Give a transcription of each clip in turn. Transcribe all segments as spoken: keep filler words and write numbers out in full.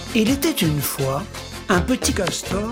Il était une fois un petit castor.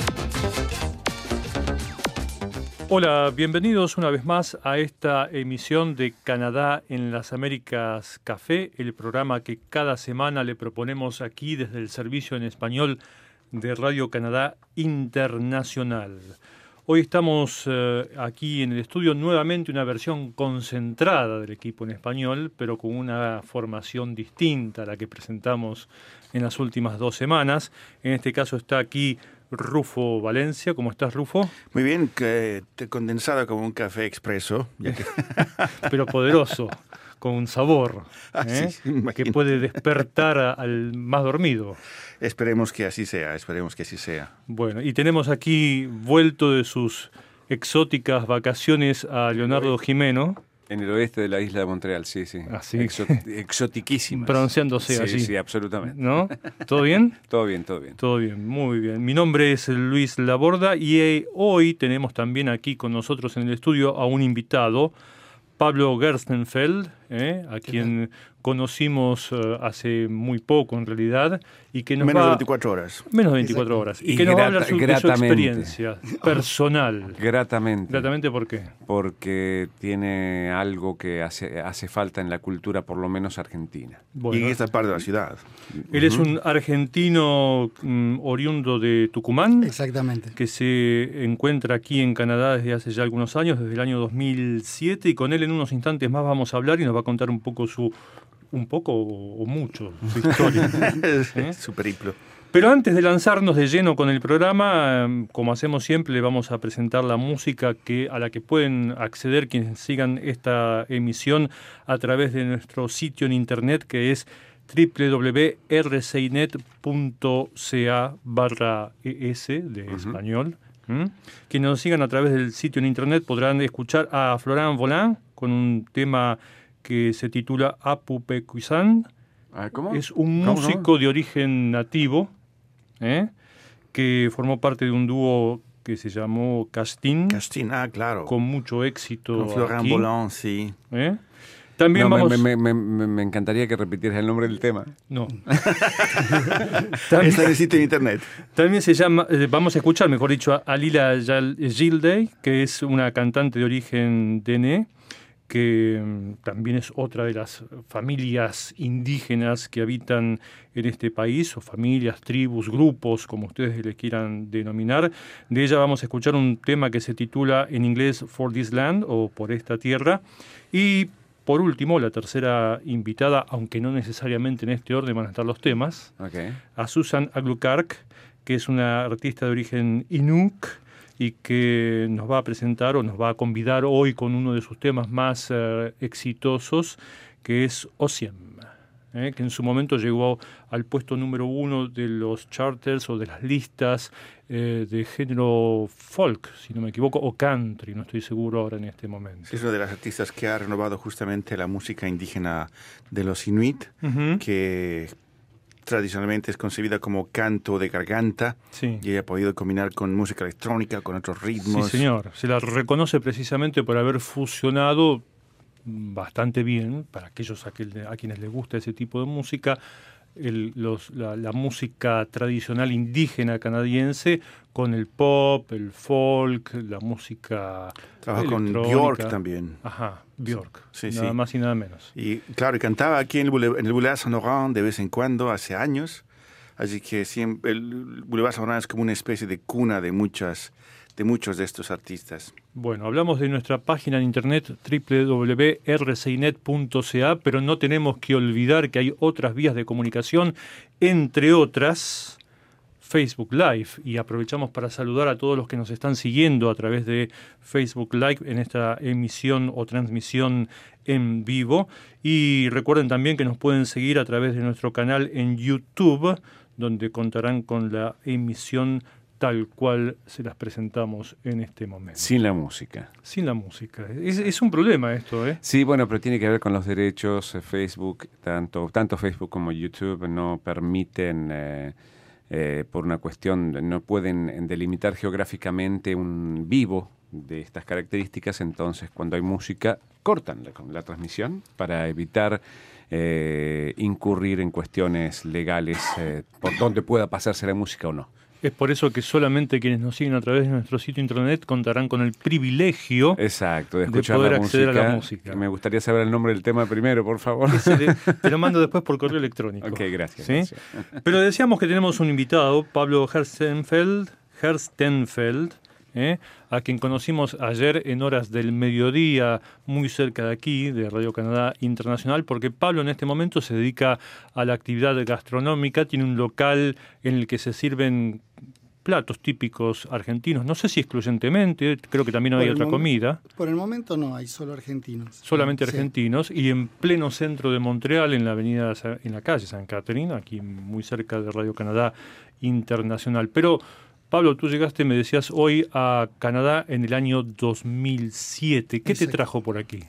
Hola, bienvenidos una vez más a esta emisión de Canadá en las Américas Café, el programa que cada semana le proponemos aquí desde el servicio en español de Radio Canadá Internacional. Hoy estamos eh, aquí en el estudio nuevamente una versión concentrada del equipo en español, pero con una formación distinta a la que presentamos en las últimas dos semanas. En este caso está aquí Rufo Valencia. ¿Cómo estás, Rufo? Muy bien, que te condensado como un café expreso. Ya que... pero poderoso, con un sabor ah, ¿eh? sí, que puede despertar a, al más dormido. Esperemos que así sea, esperemos que así sea. Bueno, y tenemos aquí, vuelto de sus exóticas vacaciones, a Leonardo Jimeno. En el oeste de la isla de Montreal, sí, sí. Ah, sí. Exo exotiquísimas. Bronceándose sí, allí. Sí, sí, absolutamente. ¿No? ¿Todo bien? Todo bien, todo bien. Todo bien, muy bien. Mi nombre es Luis Laborda y eh, hoy tenemos también aquí con nosotros en el estudio a un invitado, Pablo Gerstenfeld, eh, a quien conocimos uh, hace muy poco en realidad y que nos menos va... de veinticuatro horas. Menos de veinticuatro horas. Y, y que nos va a hablar su, de su experiencia personal. Gratamente. ¿Gratamente por qué? Porque tiene algo que hace, hace falta en la cultura, por lo menos argentina. Bueno, y en esta parte de la ciudad. Él uh-huh. es un argentino um, oriundo de Tucumán. Exactamente. Que se encuentra aquí en Canadá desde hace ya algunos años, desde el año dos mil siete, y con él en unos instantes más vamos a hablar y nos va a contar un poco su... un poco o mucho su historia. ¿Eh? Su periplo. Pero antes de lanzarnos de lleno con el programa, como hacemos siempre, le vamos a presentar la música que, a la que pueden acceder quienes sigan esta emisión a través de nuestro sitio en internet, que es doble u doble u doble u punto r c i n e t punto c a barra e s de uh-huh. español. ¿Mm? Quienes nos sigan a través del sitio en internet podrán escuchar a Florent Volin con un tema que se titula Apupe Cuisan. ¿Cómo? Es un ¿Cómo, músico cómo? de origen nativo, ¿eh? que formó parte de un dúo que se llamó Castin. Castin, ah, claro. Con mucho éxito. Con Florent Volin, sí. ¿Eh? También no, vamos... me, me, me, me encantaría que repitieras el nombre del tema. No. También, está en el sitio de internet. También se llama, eh, vamos a escuchar, mejor dicho, a Lila Gilday, que es una cantante de origen dene, que um, también es otra de las familias indígenas que habitan en este país, o familias, tribus, grupos, como ustedes le quieran denominar. De ella vamos a escuchar un tema que se titula en inglés For This Land, o Por Esta Tierra. Y por último, la tercera invitada, aunque no necesariamente en este orden van a estar los temas, okay. a Susan Aglukark, que es una artista de origen inuk, y que nos va a presentar o nos va a convidar hoy con uno de sus temas más eh, exitosos, que es Osiem, eh, que en su momento llegó al puesto número uno de los charters o de las listas eh, de género folk, si no me equivoco, o country, no estoy seguro ahora en este momento. Es una de las artistas que ha renovado justamente la música indígena de los inuit, uh-huh. que tradicionalmente es concebida como canto de garganta, sí. y ella ha podido combinar con música electrónica, con otros ritmos. Sí, señor. Se la reconoce precisamente por haber fusionado bastante bien, para aquellos a, que, a quienes les gusta ese tipo de música, el, los, la, la música tradicional indígena canadiense con el pop, el folk, la música Trabaja con Björk también. Ajá, Björk, sí, nada sí. más y nada menos. Y claro, y cantaba aquí en el Boulevard, en el Boulevard Saint-Laurent de vez en cuando, hace años, así que siempre, el Boulevard Saint-Laurent es como una especie de cuna de muchas de muchos de estos artistas. Bueno, hablamos de nuestra página en internet doble u doble u doble u punto r c i n e t punto c a, pero no tenemos que olvidar que hay otras vías de comunicación, entre otras Facebook Live, y aprovechamos para saludar a todos los que nos están siguiendo a través de Facebook Live en esta emisión o transmisión en vivo, y recuerden también que nos pueden seguir a través de nuestro canal en YouTube, donde contarán con la emisión tal cual se las presentamos en este momento. Sin la música. Sin la música. Es, es un problema esto, ¿eh? Sí, bueno, pero tiene que ver con los derechos. Facebook, tanto, tanto Facebook como YouTube no permiten, eh, eh, por una cuestión, no pueden delimitar geográficamente un vivo de estas características, entonces cuando hay música cortan la, la transmisión para evitar eh, incurrir en cuestiones legales eh, por donde pueda pasarse la música o no. Es por eso que solamente quienes nos siguen a través de nuestro sitio internet contarán con el privilegio Exacto, de, escuchar de poder la acceder música. a la música. Me gustaría saber el nombre del tema primero, por favor. De, te lo mando después por correo electrónico. Ok, gracias, ¿Sí? gracias. Pero decíamos que tenemos un invitado, Pablo Herstenfeld, Herstenfeld ¿eh? a quien conocimos ayer en horas del mediodía, muy cerca de aquí, de Radio Canadá Internacional, porque Pablo en este momento se dedica a la actividad gastronómica, tiene un local en el que se sirven platos típicos argentinos, no sé si excluyentemente, creo que también hay otra comida. Por el momento no, hay solo argentinos. Solamente sí. argentinos, y en pleno centro de Montreal, en la avenida, en la calle San Catherine, aquí muy cerca de Radio Canadá Internacional. Pero, Pablo, tú llegaste, me decías, hoy a Canadá en el año dos mil siete. ¿Qué Exacto. te trajo por aquí?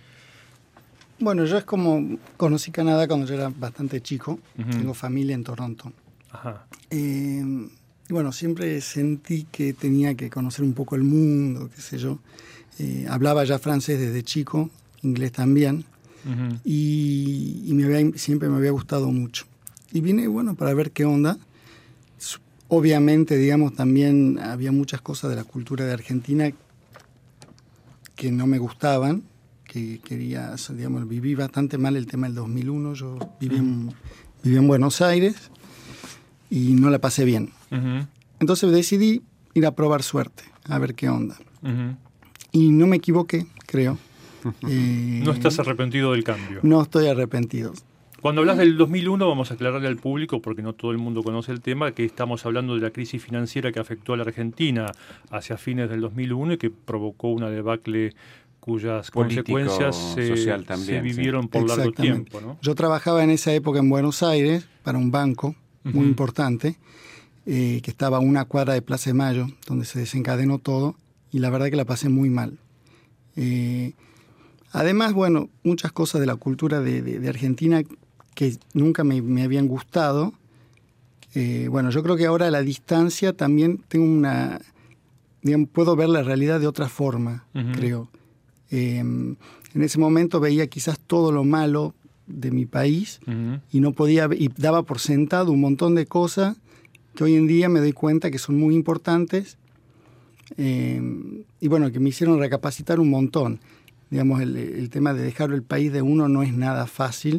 Bueno, yo es como, conocí Canadá cuando yo era bastante chico, Uh-huh. tengo familia en Toronto. Ajá. Eh, y bueno, siempre sentí que tenía que conocer un poco el mundo, qué sé yo. Eh, hablaba ya francés desde chico, inglés también, Uh-huh. y, y me había, siempre me había gustado mucho. Y vine, bueno, para ver qué onda. Obviamente, digamos, también había muchas cosas de la cultura de Argentina que no me gustaban, que quería, digamos, viví bastante mal el tema del dos mil uno. Yo viví en, viví en Buenos Aires y no la pasé bien. Uh-huh. Entonces decidí ir a probar suerte, a ver qué onda. Uh-huh. Y no me equivoqué, creo. Eh, ¿No estás arrepentido del cambio? No estoy arrepentido. Cuando hablas del dos mil uno, vamos a aclararle al público, porque no todo el mundo conoce el tema, que estamos hablando de la crisis financiera que afectó a la Argentina hacia fines del dos mil uno y que provocó una debacle cuyas político, consecuencias se, social también, se vivieron sí. por largo tiempo, ¿no? Yo trabajaba en esa época en Buenos Aires para un banco muy uh-huh. importante, eh, que estaba a una cuadra de Plaza de Mayo, donde se desencadenó todo, y la verdad que la pasé muy mal. Eh, además, bueno, muchas cosas de la cultura de, de, de Argentina que nunca me, me habían gustado. Eh, bueno, yo creo que ahora a la distancia también tengo una... Digamos, puedo ver la realidad de otra forma, uh-huh. creo. Eh, en ese momento veía quizás todo lo malo de mi país uh-huh. y no podía, y daba por sentado un montón de cosas que hoy en día me doy cuenta que son muy importantes eh, y bueno, que me hicieron recapacitar un montón. Digamos, el, el tema de dejar el país de uno no es nada fácil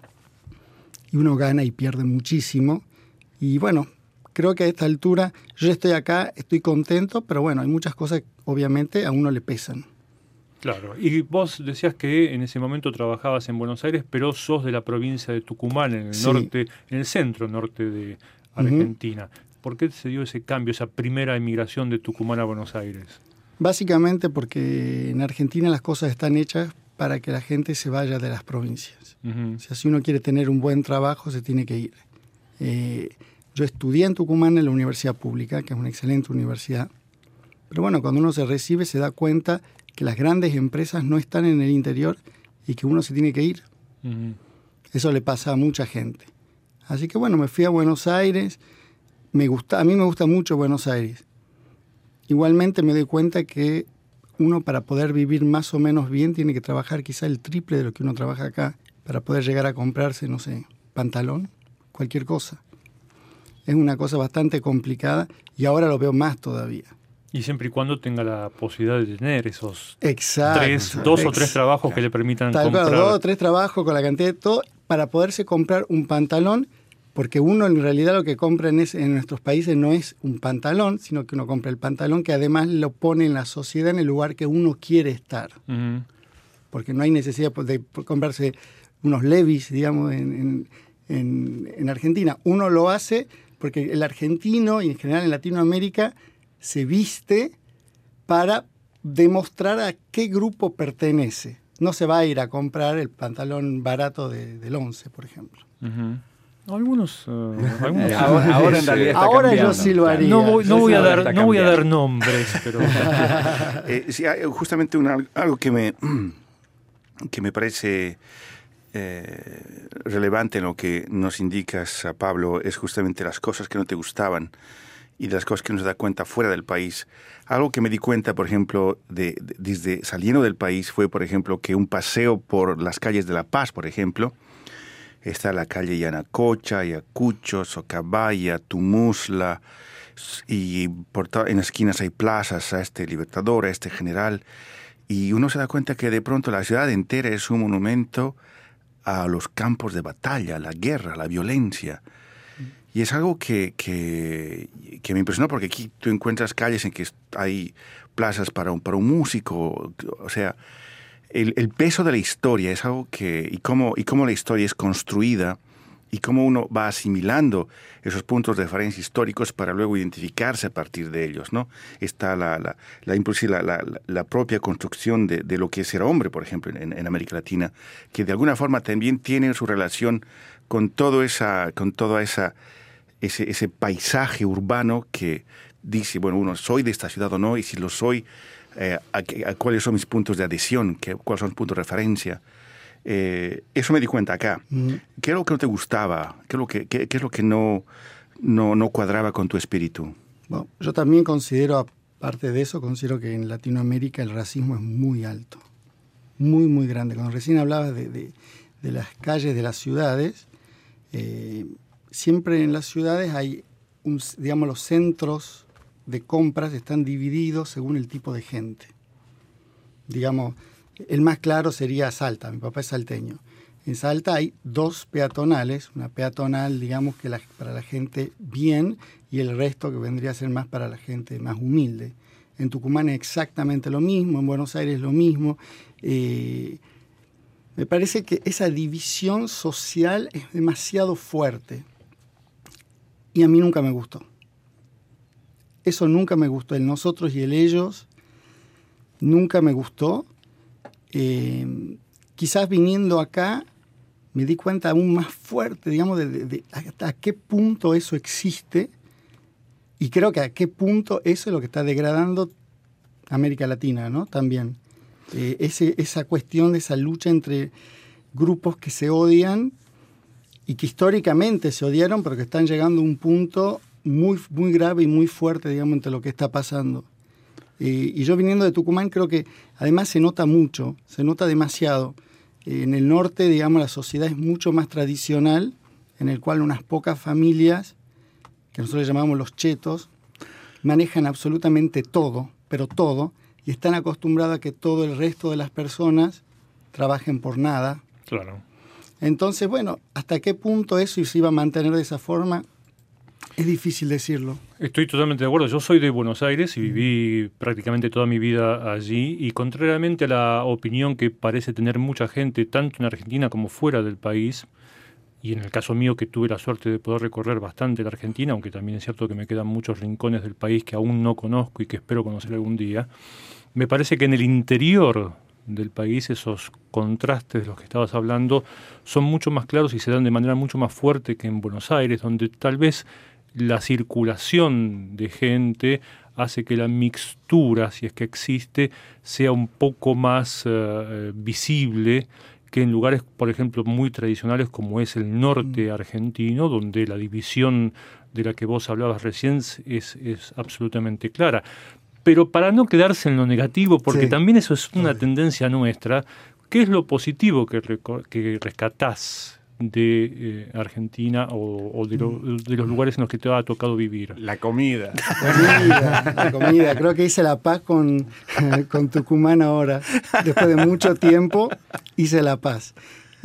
y uno gana y pierde muchísimo. Y bueno, creo que a esta altura yo estoy acá, estoy contento, pero bueno, hay muchas cosas que obviamente a uno le pesan. Claro, y vos decías que en ese momento trabajabas en Buenos Aires, pero sos de la provincia de Tucumán, en el sí. norte, en el centro norte de Argentina. Uh-huh. ¿Por qué se dio ese cambio, esa primera emigración de Tucumán a Buenos Aires? Básicamente porque en Argentina las cosas están hechas para que la gente se vaya de las provincias. Uh-huh. O sea, si uno quiere tener un buen trabajo, se tiene que ir. Eh, yo estudié en Tucumán en la Universidad Pública, que es una excelente universidad. Pero bueno, cuando uno se recibe se da cuenta que las grandes empresas no están en el interior y que uno se tiene que ir. Uh-huh. Eso le pasa a mucha gente. Así que bueno, me fui a Buenos Aires. Me gusta, a mí me gusta mucho Buenos Aires. Igualmente me doy cuenta que uno para poder vivir más o menos bien tiene que trabajar quizá el triple de lo que uno trabaja acá para poder llegar a comprarse, no sé, pantalón, cualquier cosa. Es una cosa bastante complicada y ahora lo veo más todavía. Y siempre y cuando tenga la posibilidad de tener esos exacto, tres, dos ex, o tres trabajos que le permitan tal comprar. Cual, dos o tres trabajos con la cantidad de todo para poderse comprar un pantalón, porque uno en realidad lo que compra en, ese, en nuestros países no es un pantalón, sino que uno compra el pantalón que además lo pone en la sociedad en el lugar que uno quiere estar. Uh-huh. Porque no hay necesidad de comprarse unos Levi's, digamos, en, en, en, en Argentina. Uno lo hace porque el argentino y en general en Latinoamérica se viste para demostrar a qué grupo pertenece. No se va a ir a comprar el pantalón barato de, del once, por ejemplo. Uh-huh. Algunos, uh, algunos ahora, ahora en realidad está ahora cambiando. yo sí lo haría. No voy, no voy a dar, está no voy a dar nombres, pero eh, sí, justamente una, algo que me que me parece eh, relevante en lo que nos indicas, Pablo, es justamente las cosas que no te gustaban. y de las cosas que uno se da cuenta fuera del país. Algo que me di cuenta, por ejemplo, de, de, desde saliendo del país fue, por ejemplo, que un paseo por las calles de La Paz, por ejemplo, está la calle Yanacocha, Ayacucho, Socabaya, Tumusla, y por en las esquinas hay plazas, a este Libertador, a este General, y uno se da cuenta que de pronto la ciudad entera es un monumento a los campos de batalla, a la guerra, a la violencia. Y es algo que, que, que me impresionó, porque aquí tú encuentras calles en que hay plazas para un, para un músico. O sea, el, el peso de la historia es algo que... Y cómo, y cómo la historia es construida y cómo uno va asimilando esos puntos de referencia históricos para luego identificarse a partir de ellos, ¿no? Está la, la, la, la, la, la propia construcción de, de lo que es ser hombre, por ejemplo, en, en América Latina, que de alguna forma también tiene su relación con todo esa... Con toda esa Ese, ese paisaje urbano que dice, bueno, uno, ¿soy de esta ciudad o no? Y si lo soy, eh, a, a ¿cuáles son mis puntos de adhesión? ¿Qué, ¿Cuáles son mis puntos de referencia? Eh, eso me di cuenta acá. Mm. ¿Qué es lo que no te gustaba? ¿Qué es lo que, qué, qué es lo que no, no, no cuadraba con tu espíritu? Bueno, yo también considero, aparte de eso, considero que en Latinoamérica el racismo es muy alto. Muy, muy grande. Cuando recién hablabas de, de, de las calles de las ciudades... Eh, siempre en las ciudades hay, un, digamos, los centros de compras están divididos según el tipo de gente. Digamos, el más claro sería Salta, mi papá es salteño. En Salta hay dos peatonales, una peatonal, digamos, que la, para la gente bien y el resto que vendría a ser más para la gente más humilde. En Tucumán es exactamente lo mismo, en Buenos Aires lo mismo. Eh, me parece que esa división social es demasiado fuerte. Y a mí nunca me gustó. Eso nunca me gustó. El nosotros y el ellos nunca me gustó. Eh, quizás viniendo acá me di cuenta aún más fuerte, digamos, de, de, de hasta qué punto eso existe. Y creo que a qué punto eso es lo que está degradando América Latina, ¿no? También. Eh, ese, esa cuestión de esa lucha entre grupos que se odian y que históricamente se odiaron, pero que están llegando a un punto muy, muy grave y muy fuerte, digamos, entre lo que está pasando. Eh, y yo viniendo de Tucumán creo que además se nota mucho, se nota demasiado. Eh, en el norte, digamos, la sociedad es mucho más tradicional, en el cual unas pocas familias, que nosotros le llamamos los chetos, manejan absolutamente todo, pero todo, y están acostumbrados a que todo el resto de las personas trabajen por nada. Claro. Entonces, bueno, ¿hasta qué punto eso se iba a mantener de esa forma? Es difícil decirlo. Estoy totalmente de acuerdo. Yo soy de Buenos Aires y viví prácticamente toda mi vida allí, y contrariamente a la opinión que parece tener mucha gente, tanto en Argentina como fuera del país, y en el caso mío que tuve la suerte de poder recorrer bastante la Argentina, aunque también es cierto que me quedan muchos rincones del país que aún no conozco y que espero conocer algún día, me parece que en el interior del país esos contrastes de los que estabas hablando son mucho más claros y se dan de manera mucho más fuerte que en Buenos Aires, donde tal vez la circulación de gente hace que la mixtura, si es que existe, sea un poco más uh, visible que en lugares, por ejemplo, muy tradicionales como es el norte argentino, donde la división de la que vos hablabas recién es, es absolutamente clara. Pero para no quedarse en lo negativo, porque sí, también eso es una tendencia nuestra, ¿qué es lo positivo que, que rescatás de eh, Argentina o, o de, lo, de los lugares en los que te ha tocado vivir? La comida. La comida, la comida. Creo que hice la paz con, con Tucumán ahora. Después de mucho tiempo hice la paz.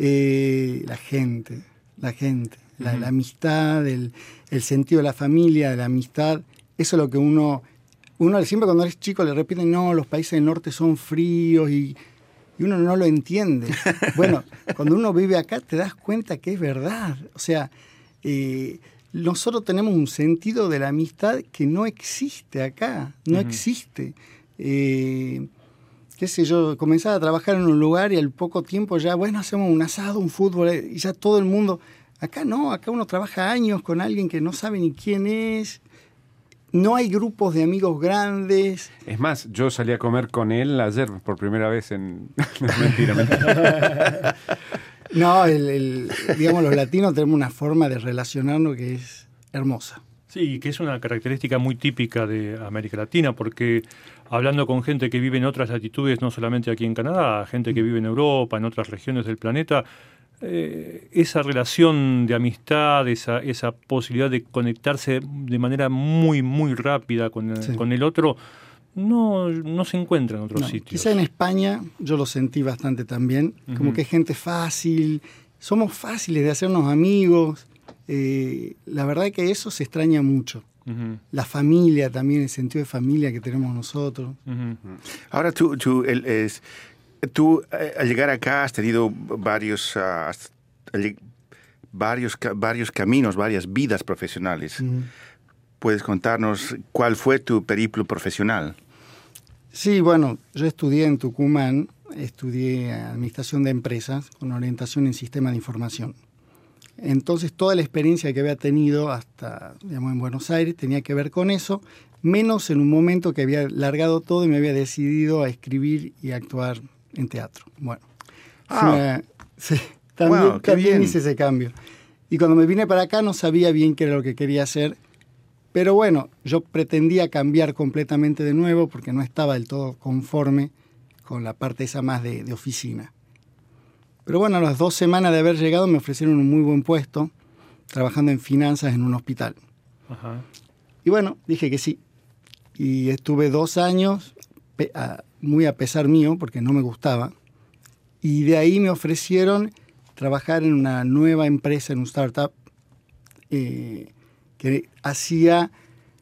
Eh, la gente, la gente, la, uh-huh. la amistad, el, el sentido de la familia, de la amistad. Eso es lo que uno... Uno siempre cuando eres chico le repiten, no, los países del norte son fríos y, y uno no lo entiende. Bueno, cuando uno vive acá te das cuenta que es verdad. O sea, eh, nosotros tenemos un sentido de la amistad que no existe acá, no uh-huh. existe. Eh, qué sé yo, comenzaba a trabajar en un lugar y al poco tiempo ya, bueno, hacemos un asado, un fútbol, y ya todo el mundo... Acá no, acá uno trabaja años con alguien que no sabe ni quién es. No hay grupos de amigos grandes. Es más, yo salí a comer con él ayer por primera vez en... No, mentira, mentira. No, el, el, digamos, los latinos tenemos una forma de relacionarnos que es hermosa. Sí, que es una característica muy típica de América Latina, porque hablando con gente que vive en otras latitudes, no solamente aquí en Canadá, gente que vive en Europa, en otras regiones del planeta, eh, esa relación de amistad, esa, esa posibilidad de conectarse de manera muy, muy rápida con el, sí. con el otro, no, no se encuentra en otros no, sitios. Quizá en España yo lo sentí bastante también, uh-huh. como que es gente fácil, somos fáciles de hacernos amigos. Eh, la verdad es que eso se extraña mucho. Uh-huh. La familia también, el sentido de familia que tenemos nosotros. Uh-huh. Ahora tú, tú, el, es, tú eh, al llegar acá has tenido varios, uh, varios, varios caminos, varias vidas profesionales. Uh-huh. ¿Puedes contarnos cuál fue tu periplo profesional? Sí, bueno, yo estudié en Tucumán, estudié Administración de Empresas con orientación en Sistema de Información. Entonces, toda la experiencia que había tenido hasta, digamos, en Buenos Aires tenía que ver con eso, menos en un momento que había largado todo y me había decidido a escribir y actuar en teatro. Bueno, ah. una, sí, también, wow, también hice ese cambio. Y cuando me vine para acá no sabía bien qué era lo que quería hacer, pero bueno, yo pretendía cambiar completamente de nuevo porque no estaba del todo conforme con la parte esa más de, de oficina. Pero bueno, a las dos semanas de haber llegado me ofrecieron un muy buen puesto, trabajando en finanzas en un hospital. Ajá. Y bueno, dije que sí. Y estuve dos años, pe- a, muy a pesar mío, porque no me gustaba. Y de ahí me ofrecieron trabajar en una nueva empresa, en un startup, eh, que hacía...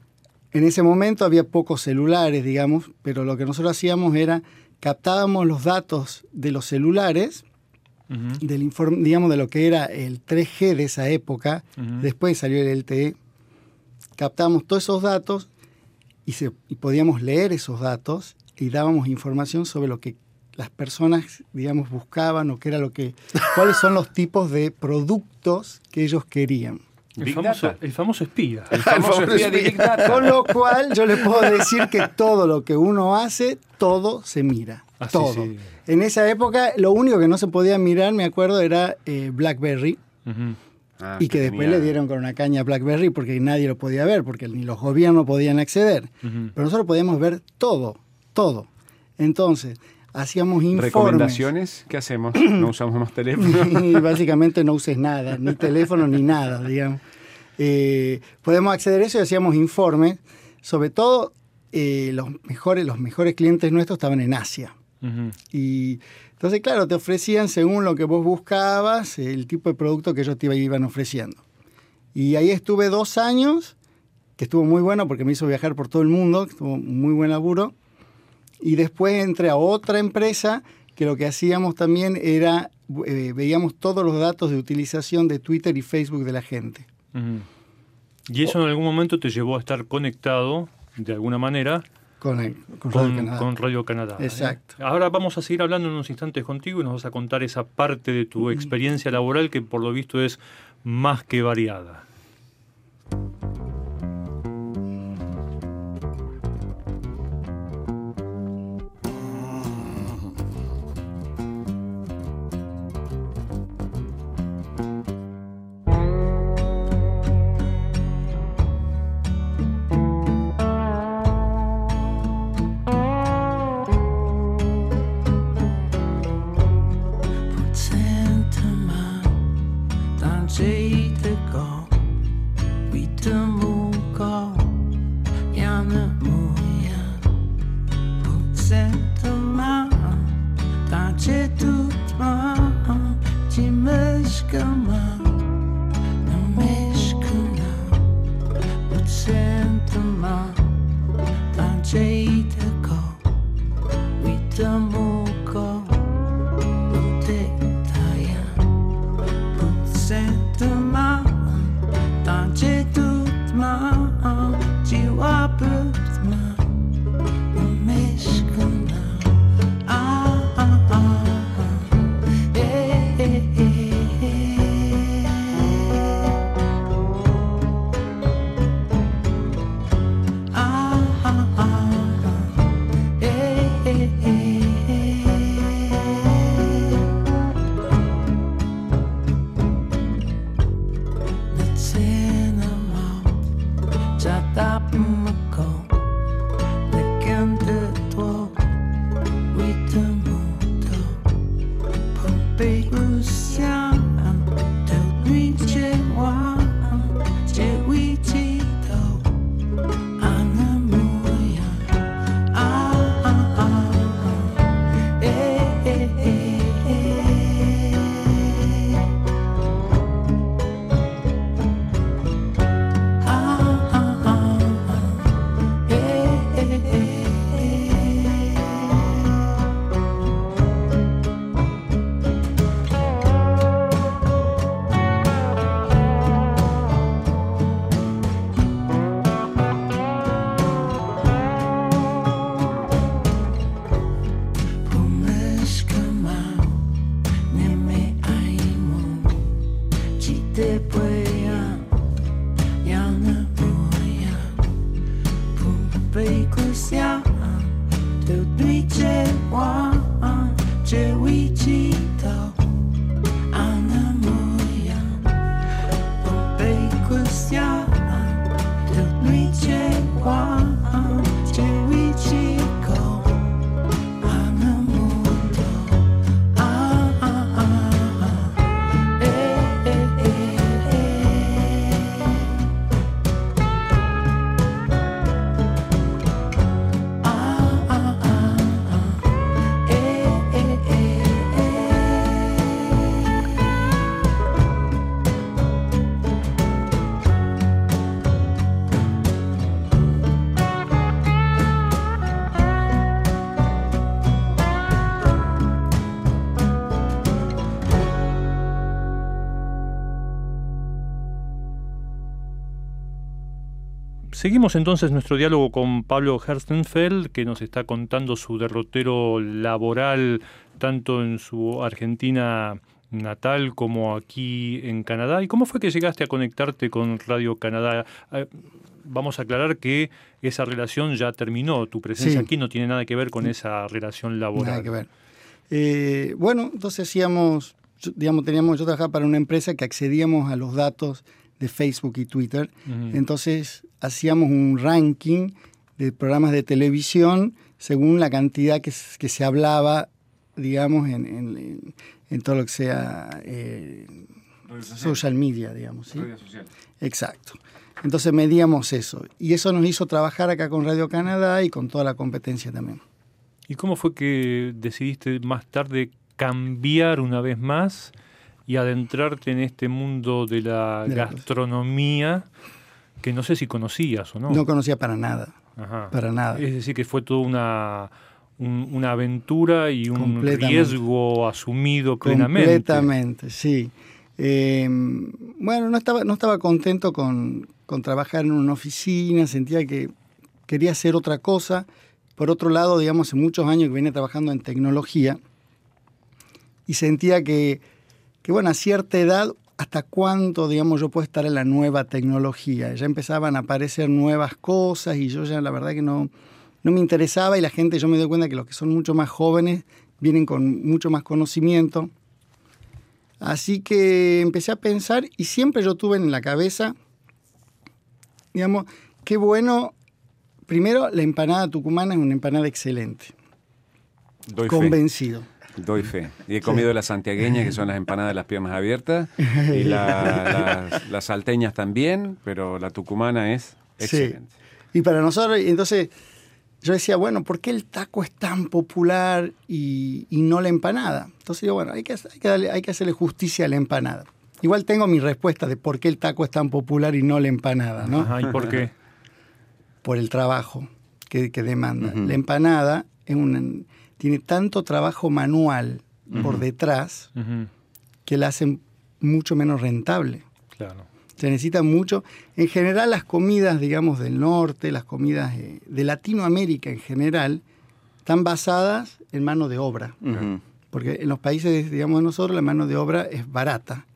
En ese momento había pocos celulares, digamos, pero lo que nosotros hacíamos era captábamos los datos de los celulares, Uh-huh. del informe, digamos, de lo que era el tres G de esa época. Uh-huh. Después salió el L T E, captábamos todos esos datos y, se, y podíamos leer esos datos y dábamos información sobre lo que las personas, digamos, buscaban o qué era lo que, cuáles son los tipos de productos que ellos querían. El famoso, el famoso espía. El famoso espía de Big Data. Con lo cual yo le puedo decir que todo lo que uno hace, todo se mira. Así todo. Sí. En esa época, lo único que no se podía mirar, me acuerdo, era eh, BlackBerry. Uh-huh. Ah, y que, que después tenía... le dieron con una caña a BlackBerry porque nadie lo podía ver, porque ni los gobiernos podían acceder. Uh-huh. Pero nosotros podíamos ver todo, todo. Entonces, hacíamos informes. ¿Recomendaciones? ¿Qué hacemos? ¿No usamos más teléfono? Y básicamente no uses nada, ni teléfono ni nada, digamos. Eh, podemos acceder a eso y hacíamos informes. Sobre todo, eh, los, mejores, los mejores clientes nuestros estaban en Asia. Uh-huh. Y entonces, claro, te ofrecían según lo que vos buscabas, el tipo de producto que ellos te iban ofreciendo. Y ahí estuve dos años, que estuvo muy bueno porque me hizo viajar por todo el mundo, estuvo un muy buen laburo. Y después entré a otra empresa que lo que hacíamos también era, eh, veíamos todos los datos de utilización de Twitter y Facebook de la gente. Uh-huh. ¿Y eso en algún momento te llevó a estar conectado, de alguna manera, Con, el, con, con, Radio Canadá. con Radio Canadá? Exacto. ¿eh? Ahora vamos a seguir hablando en unos instantes contigo y nos vas a contar esa parte de tu experiencia laboral que por lo visto es más que variada. Hey, hey, hey, hey. Seguimos entonces nuestro diálogo con Pablo Herstenfeld, que nos está contando su derrotero laboral tanto en su Argentina natal como aquí en Canadá. ¿Y cómo fue que llegaste a conectarte con Radio Canadá? Eh, vamos a aclarar que esa relación ya terminó. Tu presencia sí. aquí no tiene nada que ver con esa relación laboral. Nada que ver. Eh, bueno, entonces hacíamos, digamos, teníamos, yo trabajaba para una empresa que accedíamos a los datos de Facebook y Twitter. Uh-huh. Entonces hacíamos un ranking de programas de televisión según la cantidad que, que se hablaba, digamos, en, en, en todo lo que sea eh, social media, digamos. ¿sí? Redes sociales. Exacto. Entonces medíamos eso. Y eso nos hizo trabajar acá con Radio Canadá y con toda la competencia también. ¿Y cómo fue que decidiste más tarde cambiar una vez más y adentrarte en este mundo de la de gastronomía que no sé si conocías o no? No conocía para nada. Ajá. Para nada. Es decir, que fue toda una, un, una aventura y un riesgo asumido plenamente. Completamente, sí. Eh, bueno, no estaba, no estaba contento con, con trabajar en una oficina, sentía que quería hacer otra cosa. Por otro lado, digamos, hace muchos años que venía trabajando en tecnología y sentía que, que, bueno, a cierta edad, ¿hasta cuánto, digamos, yo puedo estar en la nueva tecnología? Ya empezaban a aparecer nuevas cosas y yo ya la verdad que no, no me interesaba y la gente, yo me doy cuenta que los que son mucho más jóvenes vienen con mucho más conocimiento. Así que empecé a pensar y siempre yo tuve en la cabeza, digamos, qué bueno. Primero, la empanada tucumana es una empanada excelente. Doy Convencido. Fe. Doy fe. Y he comido sí. las santiagueñas, que son las empanadas de las piernas abiertas, y la, las, las salteñas también, pero la tucumana es excelente. Sí. Y para nosotros, entonces, yo decía, bueno, ¿por qué el taco es tan popular y, y no la empanada? Entonces digo, bueno, hay que, hay, que darle, hay que hacerle justicia a la empanada. Igual tengo mi respuesta de por qué el taco es tan popular y no la empanada, ¿no? Ajá, ¿y por qué? Por el trabajo que, que demanda. Uh-huh. La empanada es una, tiene tanto trabajo manual uh-huh. por detrás uh-huh. que la hacen mucho menos rentable. Claro. Se necesita mucho. En general, las comidas, digamos, del norte, las comidas eh, de Latinoamérica en general, están basadas en mano de obra. Uh-huh. Porque en los países, digamos, de nosotros, la mano de obra es barata.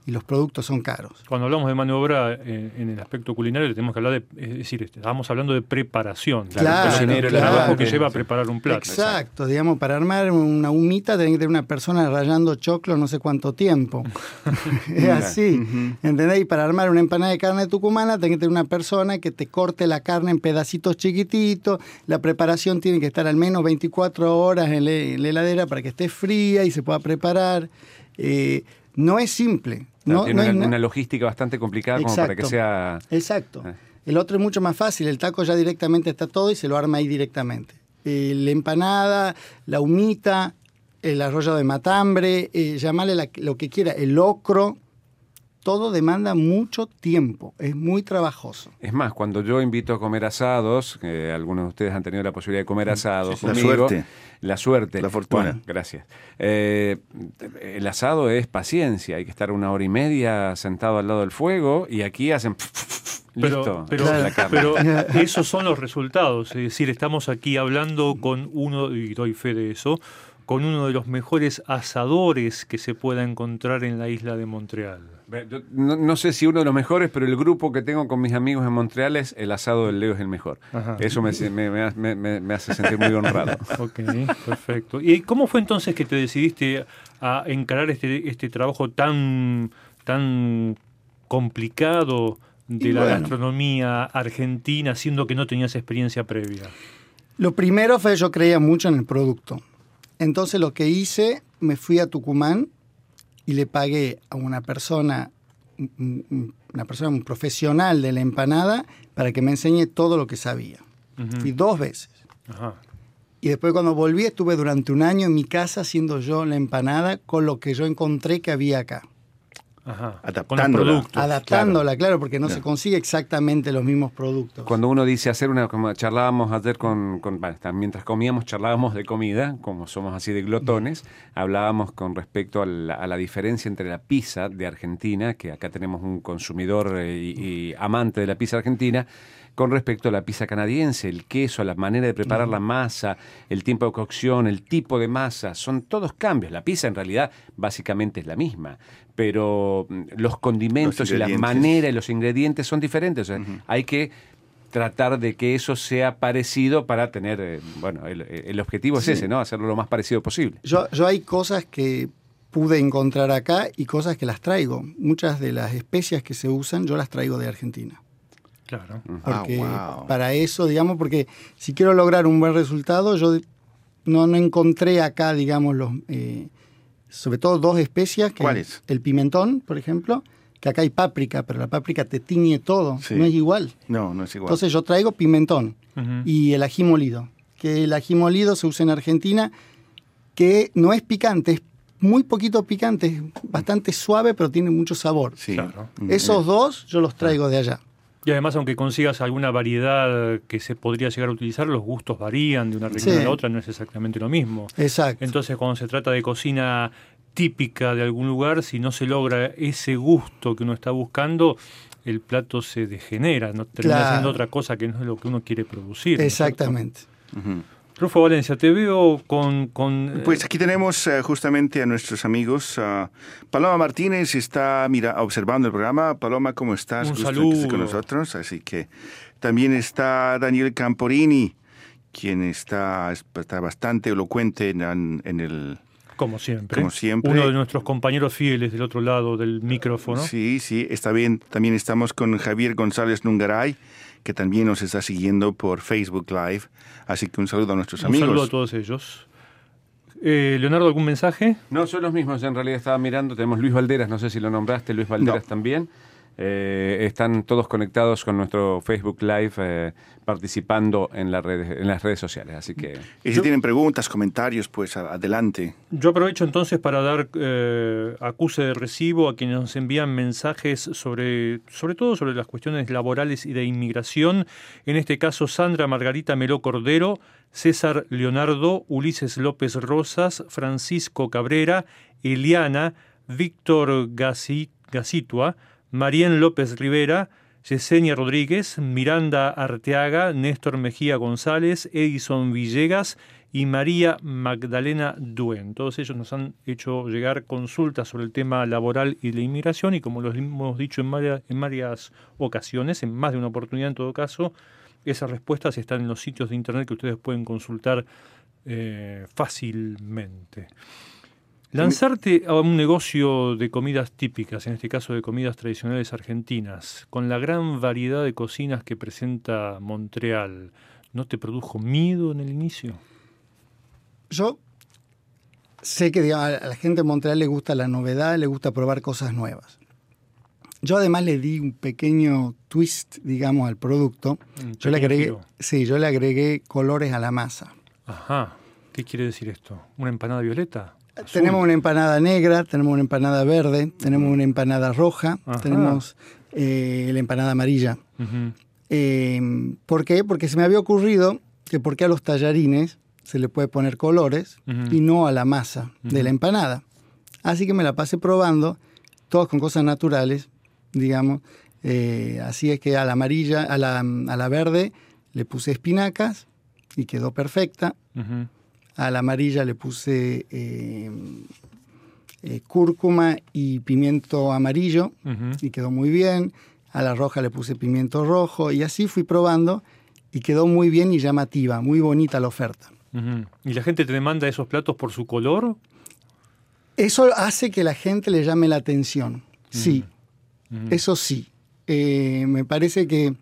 y los productos son caros. Cuando hablamos de mano de obra eh, en el aspecto culinario, tenemos que hablar de, es decir, estamos hablando de preparación. Claro, el claro, trabajo que que, lleva a preparar un plato. Exacto, exacto. Digamos, para armar una humita tenés que tener una persona rallando choclo no sé cuánto tiempo. Es así, uh-huh. ¿Entendés? Y para armar una empanada de carne tucumana tenés que tener una persona que te corte la carne en pedacitos chiquititos. La preparación tiene que estar al menos veinticuatro horas en la heladera para que esté fría y se pueda preparar. Eh, no es simple. No, tiene no una, es, una logística bastante complicada. Exacto, como para que sea... Exacto. Eh. El otro es mucho más fácil. El taco ya directamente está todo y se lo arma ahí directamente. Eh, la empanada, la humita, el arrollado de matambre, eh, llamarle la, lo que quiera, el locro, todo demanda mucho tiempo, es muy trabajoso. Es más, cuando yo invito a comer asados, que algunos de ustedes han tenido la posibilidad de comer asados sí, conmigo, la suerte. La suerte. La fortuna. Bueno, gracias. Eh, el asado es paciencia, hay que estar una hora y media sentado al lado del fuego y aquí hacen... Pero, Listo, pero, la pero esos son los resultados, es decir, estamos aquí hablando con uno, y doy fe de eso, con uno de los mejores asadores que se pueda encontrar en la isla de Montreal. Yo no, no sé si uno de los mejores, pero el grupo que tengo con mis amigos en Montreal es el asado del Leo es el mejor. Ajá. Eso me, me, me, me, me hace sentir muy honrado. Ok, perfecto. ¿Y cómo fue entonces que te decidiste a encarar este, este trabajo tan, tan complicado de y la bueno. gastronomía argentina, siendo que no tenías experiencia previa? Lo primero fue yo creía mucho en el producto. Entonces lo que hice, me fui a Tucumán y le pagué a una persona, una persona, un profesional de la empanada, para que me enseñe todo lo que sabía. Uh-huh. Fui dos veces. Ajá. Y después cuando volví estuve durante un año en mi casa haciendo yo la empanada con lo que yo encontré que había acá. Ajá. Adaptándola. Adaptándola, claro, claro porque no, no se consigue exactamente los mismos productos. Cuando uno dice hacer una, como charlábamos ayer con, con bueno, mientras comíamos, charlábamos de comida, como somos así de glotones, hablábamos con respecto a la, a la diferencia entre la pizza de Argentina, que acá tenemos un consumidor eh, y, y amante de la pizza argentina, con respecto a la pizza canadiense, el queso, la manera de preparar uh-huh. la masa, el tiempo de cocción, el tipo de masa, son todos cambios. La pizza en realidad básicamente es la misma, pero los condimentos los y la manera y los ingredientes son diferentes. O sea, uh-huh. hay que tratar de que eso sea parecido para tener, eh, bueno, el, el objetivo sí. es ese, ¿no? Hacerlo lo más parecido posible. Yo, yo hay cosas que pude encontrar acá y cosas que las traigo. Muchas de las especias que se usan yo las traigo de Argentina. Claro. Porque ah, wow. para eso, digamos, porque si quiero lograr un buen resultado, yo no, no encontré acá, digamos, los eh, sobre todo dos especias. Que ¿cuáles? El pimentón, por ejemplo, que acá hay páprica, pero la páprica te tiñe todo, sí. no es igual. No, no es igual. Entonces yo traigo pimentón uh-huh. y el ají molido, que el ají molido se usa en Argentina, que no es picante, es muy poquito picante, es bastante suave, pero tiene mucho sabor. Sí. Claro. Esos dos yo los traigo de allá. Y además, aunque consigas alguna variedad que se podría llegar a utilizar, los gustos varían de una región sí. a la otra, no es exactamente lo mismo. Exacto. Entonces, cuando se trata de cocina típica de algún lugar, si no se logra ese gusto que uno está buscando, el plato se degenera, no termina claro. siendo otra cosa que no es lo que uno quiere producir. Exactamente. ¿No es cierto? Rufo Valencia, te veo con... con pues aquí tenemos uh, justamente a nuestros amigos. Uh, Paloma Martínez está mira, observando el programa. Paloma, ¿cómo estás? Un Gusto saludo. con nosotros. Así que también está Daniel Camporini, quien está, está bastante elocuente en, en el... Como siempre. Como siempre. Uno de nuestros compañeros fieles del otro lado del micrófono. Sí, sí, está bien. También estamos con Javier González Nungaray, que también nos está siguiendo por Facebook Live. Así que un saludo a nuestros un amigos. Un saludo a todos ellos. Eh, Leonardo, ¿algún mensaje? No, son los mismos. En realidad estaba mirando. Tenemos Luis Valderas, no sé si lo nombraste. Luis Valderas no. también. Eh, están todos conectados con nuestro Facebook Live, eh, participando en, la red, en las redes sociales. Así que... Y si yo, tienen preguntas, comentarios, pues adelante. Yo aprovecho entonces para dar eh, acuse de recibo a quienes nos envían mensajes sobre, sobre todo sobre las cuestiones laborales y de inmigración. En este caso, Sandra Margarita Meló Cordero, César Leonardo, Ulises López Rosas, Francisco Cabrera, Eliana, Víctor Gacitua, Marién López Rivera, Yesenia Rodríguez, Miranda Arteaga, Néstor Mejía González, Edison Villegas y María Magdalena Duen. Todos ellos nos han hecho llegar consultas sobre el tema laboral y la inmigración, y como lo hemos dicho en varias, en varias ocasiones, en más de una oportunidad en todo caso, esas respuestas están en los sitios de internet que ustedes pueden consultar eh, fácilmente. Lanzarte a un negocio de comidas típicas, en este caso de comidas tradicionales argentinas, con la gran variedad de cocinas que presenta Montreal, ¿no te produjo miedo en el inicio? Yo sé que, digamos, a la gente de Montreal le gusta la novedad, le gusta probar cosas nuevas. Yo además le di un pequeño twist, digamos, al producto. Yo le agregué, sí, yo le agregué colores a la masa. Ajá. ¿Qué quiere decir esto? ¿Una empanada violeta? Azul. Tenemos una empanada negra, tenemos una empanada verde, tenemos una empanada roja, Ajá. tenemos eh, la empanada amarilla. Uh-huh. Eh, ¿Por qué? Porque se me había ocurrido que por qué a los tallarines se le puede poner colores uh-huh. y no a la masa uh-huh. de la empanada. Así que me la pasé probando, todos con cosas naturales, digamos. Eh, así es que a la amarilla, a la, a la verde le puse espinacas y quedó perfecta. Uh-huh. A la amarilla le puse eh, eh, cúrcuma y pimiento amarillo uh-huh. y quedó muy bien. A la roja le puse pimiento rojo y así fui probando y quedó muy bien y llamativa, muy bonita la oferta. Uh-huh. ¿Y la gente te demanda esos platos por su color? Eso hace que la gente le llame la atención, sí, uh-huh. eso sí. Eh, me parece que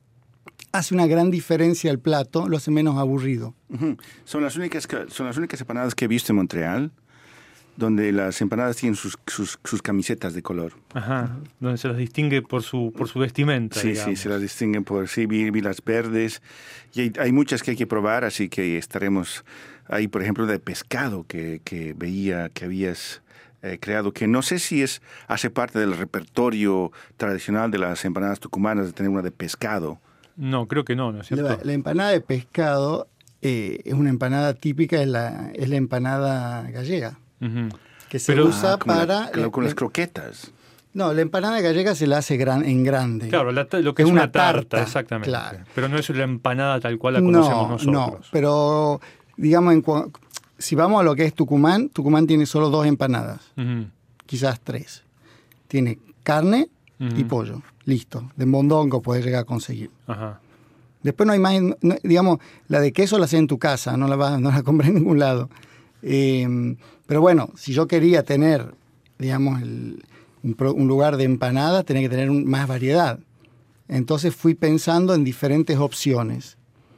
hace una gran diferencia el plato, lo hace menos aburrido. Uh-huh. Son las únicas son las únicas empanadas que he visto en Montreal, donde las empanadas tienen sus, sus, sus camisetas de color. Ajá, donde se las distingue por su por su vestimenta. Sí, digamos. sí, se las distinguen por sí, vi, vi las verdes, y hay, hay muchas que hay que probar, así que estaremos ahí, por ejemplo, de pescado que, que veía que habías eh, creado, que no sé si es hace parte del repertorio tradicional de las empanadas tucumanas de tener una de pescado. No, creo que no, ¿no es cierto? La, la empanada de pescado eh, es una empanada típica, es la, es la empanada gallega, uh-huh. que se Pero, usa ah, para... La, con las croquetas. No, la empanada gallega se la hace gran, en grande. Claro, la, lo que es, es una, una tarta, tarta, exactamente. Claro. Pero no es la empanada tal cual la conocemos no, nosotros. No, pero digamos, en, si vamos a lo que es Tucumán, Tucumán tiene solo dos empanadas, uh-huh. quizás tres. Tiene carne uh-huh. y pollo. Listo, de mondongo puedes llegar a conseguir. Ajá. Después no hay más, no, digamos, la de queso la haces en tu casa, no la vas, no la compré en ningún lado. Eh, pero bueno, si yo quería tener, digamos, el, un, un lugar de empanadas, tenía que tener un, más variedad. Entonces fui pensando en diferentes opciones.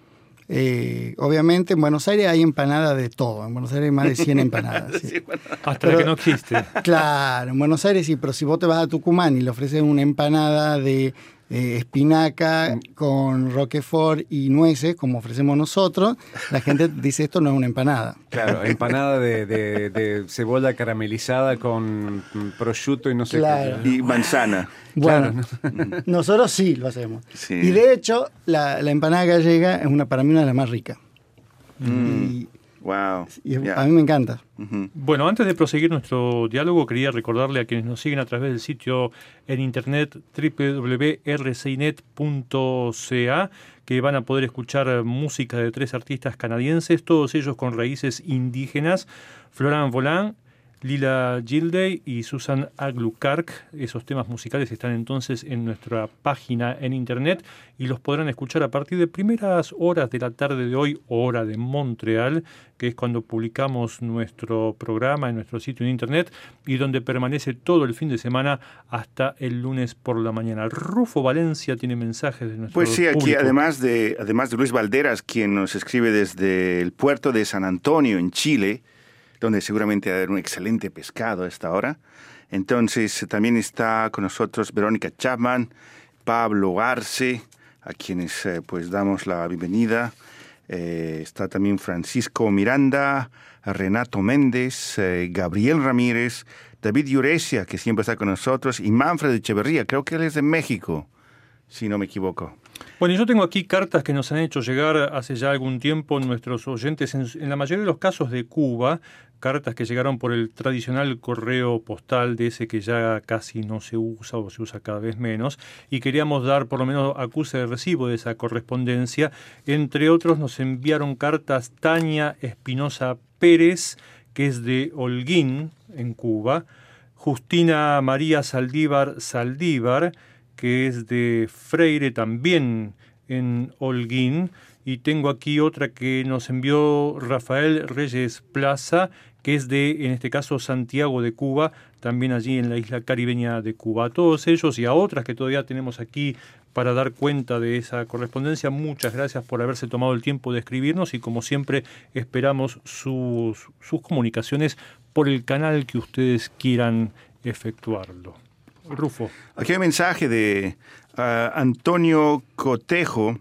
Eh, obviamente en Buenos Aires hay empanadas de todo. En Buenos Aires hay más de cien empanadas. Sí. Sí, bueno. Hasta pero, la que no existe. Claro, en Buenos Aires sí, pero si vos te vas a Tucumán y le ofreces una empanada de eh, espinaca con roquefort y nueces, como ofrecemos nosotros, la gente dice esto no es una empanada. Claro, empanada de, de, de cebolla caramelizada con prosciutto y no sé claro. qué. Y manzana. Bueno, claro. Nosotros sí lo hacemos. Sí. Y de hecho, la, la empanada gallega es una, para mí una de las más ricas. Mm. Y, wow. Y yeah. A mí me encanta. Uh-huh. Bueno, antes de proseguir nuestro diálogo, quería recordarle a quienes nos siguen a través del sitio en internet doble u doble u doble u punto r c i net punto c a que van a poder escuchar música de tres artistas canadienses, todos ellos con raíces indígenas: Florent Vollant, Lila Gilday y Susan Aglukark. Esos temas musicales están entonces en nuestra página en internet y los podrán escuchar a partir de primeras horas de la tarde de hoy, hora de Montreal, que es cuando publicamos nuestro programa en nuestro sitio en internet y donde permanece todo el fin de semana hasta el lunes por la mañana. Rufo Valencia tiene mensajes de nuestro Pues sí, aquí público. además de, además de Luis Valderas, quien nos escribe desde el puerto de San Antonio, en Chile, donde seguramente va a haber un excelente pescado a esta hora. Entonces también está con nosotros Verónica Chapman, Pablo Arce, a quienes eh, pues damos la bienvenida. Eh, está también Francisco Miranda, Renato Méndez, eh, Gabriel Ramírez, David Yuresia, que siempre está con nosotros, y Manfred Echeverría, creo que él es de México, si no me equivoco. Bueno, yo tengo aquí cartas que nos han hecho llegar hace ya algún tiempo nuestros oyentes, en, en la mayoría de los casos de Cuba, cartas que llegaron por el tradicional correo postal de ese que ya casi no se usa o se usa cada vez menos, y queríamos dar por lo menos acuse de recibo de esa correspondencia. Entre otros nos enviaron cartas Tania Espinosa Pérez, que es de Holguín, en Cuba, Justina María Saldívar Saldívar, que es de Freire, también en Holguín, y tengo aquí otra que nos envió Rafael Reyes Plaza, que es de, en este caso, Santiago de Cuba, también allí en la isla caribeña de Cuba. A todos ellos y a otras que todavía tenemos aquí para dar cuenta de esa correspondencia, muchas gracias por haberse tomado el tiempo de escribirnos, y como siempre esperamos sus, sus comunicaciones por el canal que ustedes quieran efectuarlo. Rufo. Aquí hay un mensaje de uh, Antonio Cotejo,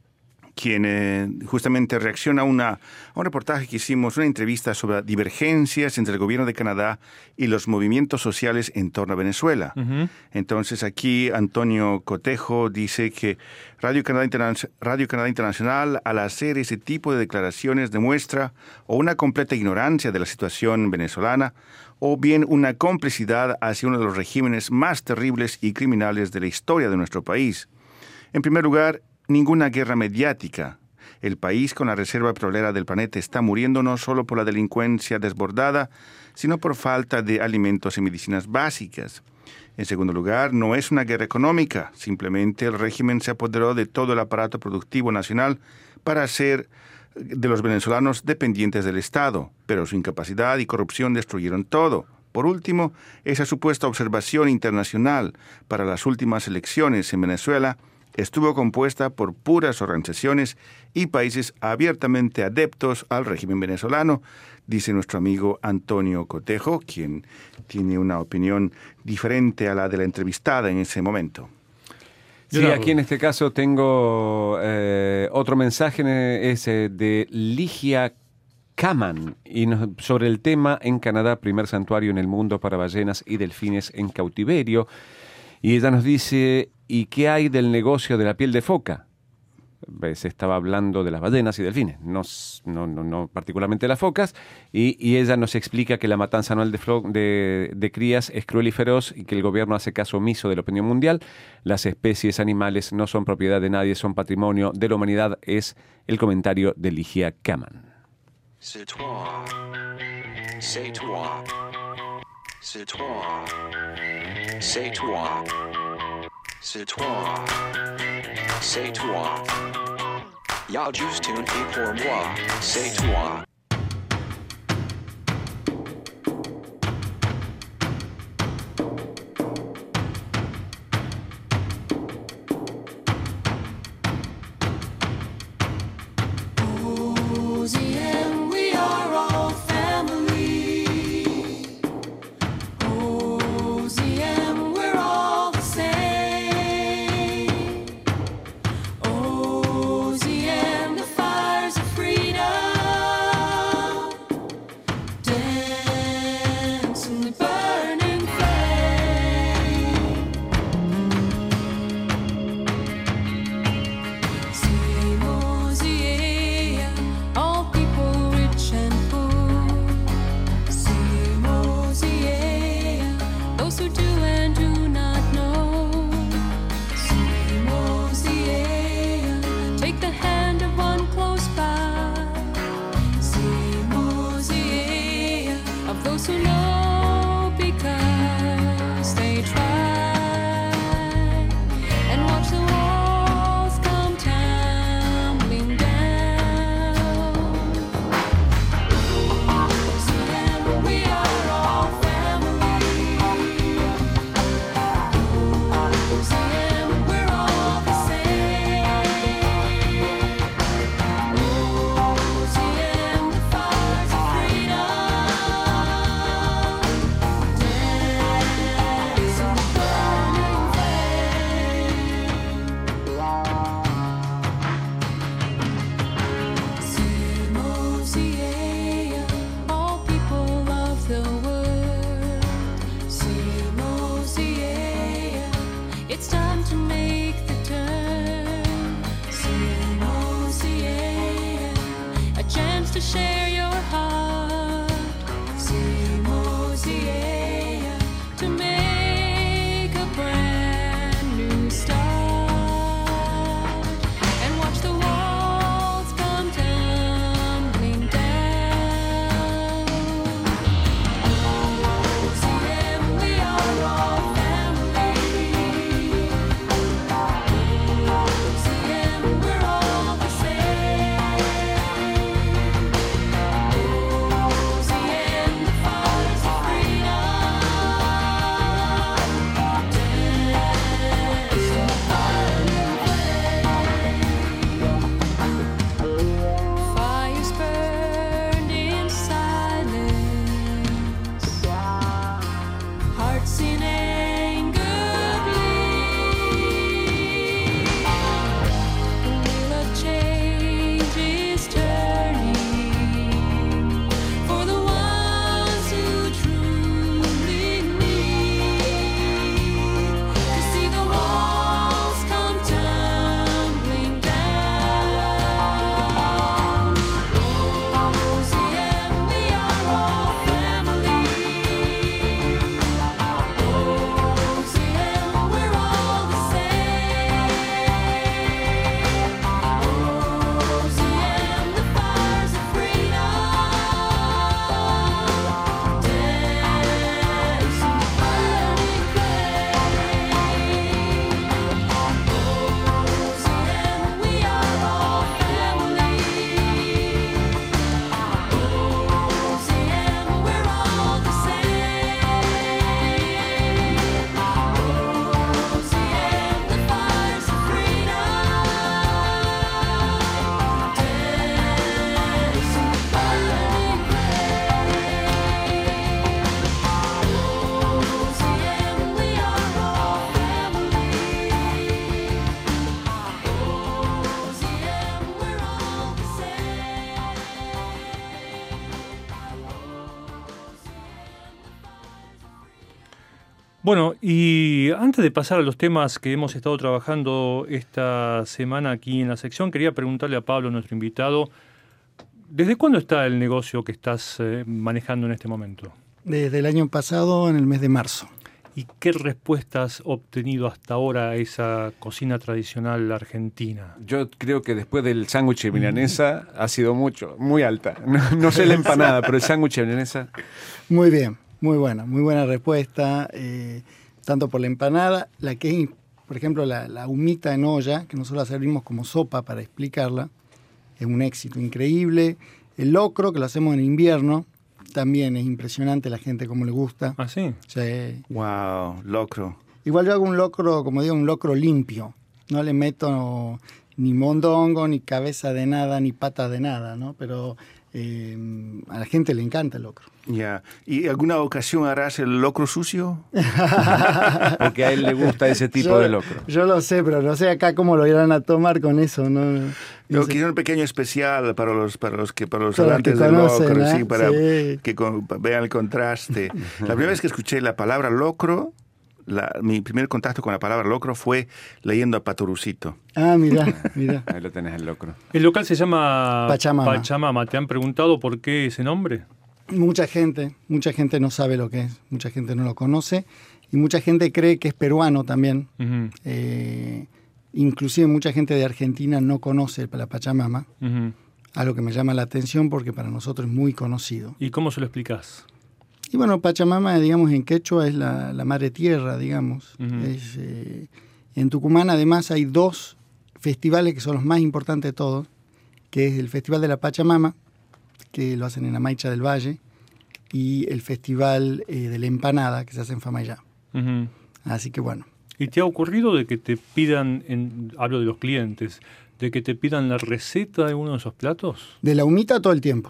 quien eh, justamente reacciona a, una, a un reportaje que hicimos, una entrevista sobre divergencias entre el gobierno de Canadá y los movimientos sociales en torno a Venezuela. Uh-huh. Entonces aquí Antonio Cotejo dice que Radio Canadá, Interna- Radio Canadá Internacional, al hacer ese tipo de declaraciones, demuestra o una completa ignorancia de la situación venezolana, o bien una complicidad hacia uno de los regímenes más terribles y criminales de la historia de nuestro país. En primer lugar, ninguna guerra mediática. El país con la reserva petrolera del planeta está muriendo no solo por la delincuencia desbordada, sino por falta de alimentos y medicinas básicas. En segundo lugar, no es una guerra económica. Simplemente el régimen se apoderó de todo el aparato productivo nacional para hacer de los venezolanos dependientes del Estado, pero su incapacidad y corrupción destruyeron todo. Por último, esa supuesta observación internacional para las últimas elecciones en Venezuela estuvo compuesta por puras organizaciones y países abiertamente adeptos al régimen venezolano, dice nuestro amigo Antonio Cotejo, quien tiene una opinión diferente a la de la entrevistada en ese momento. Sí, aquí en este caso tengo eh, otro mensaje, es eh, de Ligia Kaman, y nos, sobre el tema en Canadá, primer santuario en el mundo para ballenas y delfines en cautiverio. Y ella nos dice, ¿y qué hay del negocio de la piel de foca? Se estaba hablando de las ballenas y delfines, no, no, no, no particularmente de las focas, y, y ella nos explica que la matanza anual de, flo- de, de crías es cruel y feroz, y que el gobierno hace caso omiso de la opinión mundial. Las especies animales no son propiedad de nadie, son patrimonio de la humanidad, es el comentario de Ligia Kaman. C'est toi, c'est toi, c'est toi, c'est toi, c'est toi, c'est toi. Y'a juste une fille pour moi, c'est toi. Bueno, y antes de pasar a los temas que hemos estado trabajando esta semana aquí en la sección, quería preguntarle a Pablo, nuestro invitado, ¿desde cuándo está el negocio que estás eh, manejando en este momento? Desde el año pasado, en el mes de marzo. ¿Y qué respuesta has obtenido hasta ahora a esa cocina tradicional argentina? Yo creo que después del sándwich de milanesa ha sido mucho, muy alta. No, no sé la empanada, pero el sándwich de milanesa... Muy bien, muy buena, muy buena respuesta, eh, tanto por la empanada, la que es, por ejemplo, la, la humita en olla, que nosotros la servimos como sopa para explicarla, es un éxito increíble. El locro, que lo hacemos en invierno, también es impresionante la gente cómo le gusta. ¿Ah, sí? Sí. Wow, locro. Igual yo hago un locro, como digo, un locro limpio. No le meto ni mondongo, ni cabeza de nada, ni patas de nada, ¿no? Pero eh, a la gente le encanta el locro. Ya. Yeah. ¿Y alguna ocasión harás el locro sucio? Porque a él le gusta ese tipo yo, de locro. Yo lo sé, pero no sé acá cómo lo irán a tomar con eso, ¿no? no Yo sé. quiero un pequeño especial para los para los que para los Para amantes que del conocen, locro, ¿eh? sí, para Sí. que con, vean el contraste. La primera vez que escuché la palabra locro, la, mi primer contacto con la palabra locro fue leyendo a Patorucito. Ah, mira, mira. Ahí lo tenés, el locro. El local se llama Pachamama. Pachamama. ¿Te han preguntado por qué ese nombre? Mucha gente, mucha gente no sabe lo que es, mucha gente no lo conoce y mucha gente cree que es peruano también. Uh-huh. Eh, inclusive mucha gente de Argentina no conoce la Pachamama, Uh-huh. algo que me llama la atención porque para nosotros es muy conocido. ¿Y cómo se lo explicás? Y bueno, Pachamama, digamos, en quechua es la, la madre tierra, digamos. Uh-huh. Es, eh, en Tucumán además hay dos festivales que son los más importantes de todos, que es el Festival de la Pachamama, que lo hacen en Amaicha del Valle, y el Festival eh, de la Empanada, que se hace en Famayá. Uh-huh. Así que bueno. ¿Y te ha ocurrido de que te pidan, en, hablo de los clientes, de que te pidan la receta de uno de esos platos? De la humita todo el tiempo.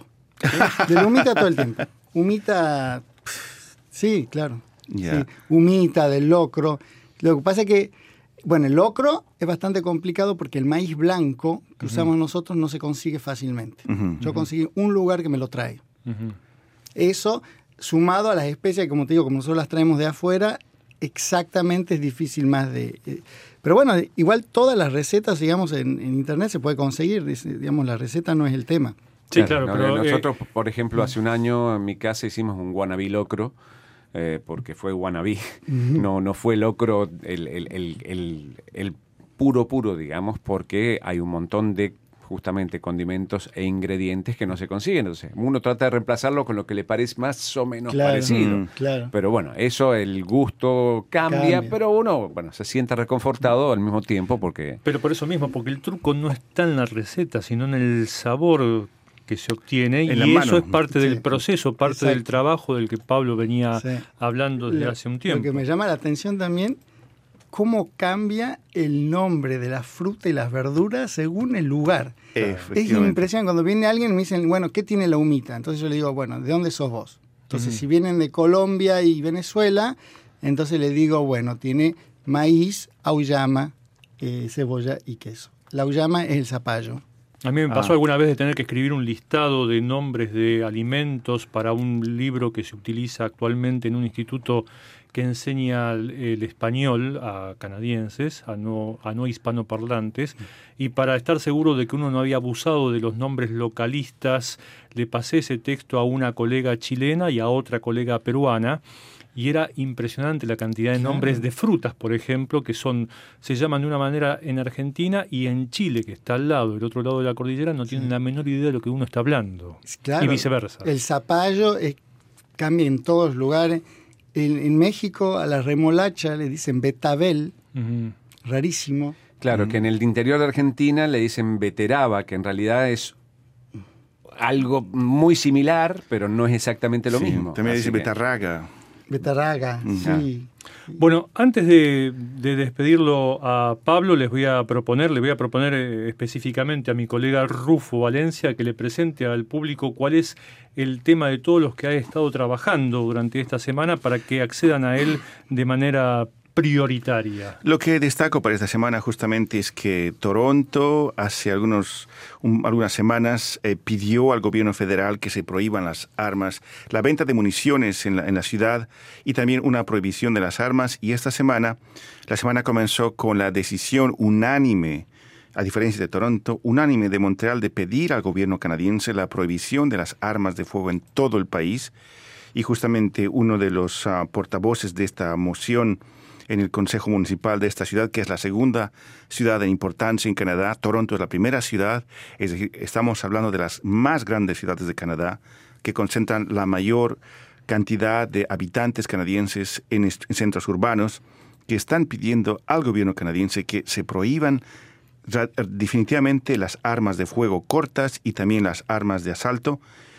De la humita todo el tiempo. Humita, pff, sí, claro. Yeah. Sí. Humita, del locro. Lo que pasa es que, bueno, el locro es bastante complicado porque el maíz blanco que uh-huh. usamos nosotros no se consigue fácilmente. Uh-huh. Yo conseguí un lugar que me lo trae. Uh-huh. Eso, sumado a las especias, como te digo, como nosotros las traemos de afuera, exactamente es difícil más de... Eh, pero bueno, igual todas las recetas, digamos, en, en internet se puede conseguir. Digamos, la receta no es el tema. Sí, claro, claro pero... No, nosotros, eh, por ejemplo, hace un año en mi casa hicimos un guanabí locro, eh, porque fue guanabí. Uh-huh. No, no fue locro el, el, el, el, el puro, puro, digamos, porque hay un montón de justamente condimentos e ingredientes que no se consiguen. Entonces, uno trata de reemplazarlo con lo que le parece más o menos claro, parecido. Mm, claro. Pero bueno, eso, el gusto cambia, cambia, pero uno, bueno, se siente reconfortado al mismo tiempo porque... Pero por eso mismo, porque el truco no está en la receta, sino en el sabor que se obtiene, en y eso mano. Es parte sí. del proceso, parte Exacto. del trabajo del que Pablo venía sí. hablando desde lo, hace un tiempo. Lo que me llama la atención también, cómo cambia el nombre de la fruta y las verduras según el lugar. Es impresionante. Cuando viene alguien me dicen, bueno, ¿qué tiene la humita? Entonces yo le digo, bueno, ¿de dónde sos vos? Entonces, uh-huh. si vienen de Colombia y Venezuela, entonces le digo, bueno, tiene maíz, auyama, eh, cebolla y queso. La auyama es el zapallo. A mí me pasó Ah. alguna vez de tener que escribir un listado de nombres de alimentos para un libro que se utiliza actualmente en un instituto que enseña el, el español a canadienses, a no, a no hispanoparlantes, y para estar seguro de que uno no había abusado de los nombres localistas, le pasé ese texto a una colega chilena y a otra colega peruana, y era impresionante la cantidad de nombres de frutas, por ejemplo, que son se llaman de una manera en Argentina y en Chile, que está al lado, del otro lado de la cordillera, no tienen la menor idea de lo que uno está hablando. Claro, y viceversa. El zapallo es, cambia en todos los lugares. En, en México a la remolacha le dicen betabel, uh-huh. rarísimo. Claro, uh-huh. que en el interior de Argentina le dicen beteraba, que en realidad es algo muy similar, pero no es exactamente lo sí, mismo. También dice que... betarraga. Betarraga, uh-huh. sí. Bueno, antes de, de despedirlo a Pablo, les voy a proponer, le voy a proponer eh, específicamente a mi colega Rufo Valencia que le presente al público cuál es el tema de todos los que ha estado trabajando durante esta semana para que accedan a él de manera prioritaria? Lo que destaco para esta semana justamente es que Toronto hace algunos, un, algunas semanas eh, pidió al gobierno federal que se prohíban las armas, la venta de municiones en la, en la ciudad y también una prohibición de las armas. Y esta semana, la semana comenzó con la decisión unánime, a diferencia de Toronto, unánime de Montreal de pedir al gobierno canadiense la prohibición de las armas de fuego en todo el país. Y justamente uno de los uh, portavoces de esta moción en el Consejo Municipal de esta ciudad, que es la segunda ciudad en importancia en Canadá, Toronto es la primera ciudad, es decir, estamos hablando de las más grandes ciudades de Canadá, que concentran la mayor cantidad de habitantes canadienses en, est- en centros urbanos, que están pidiendo al gobierno canadiense que se prohíban definitivamente las armas de fuego cortas y también las armas de asalto.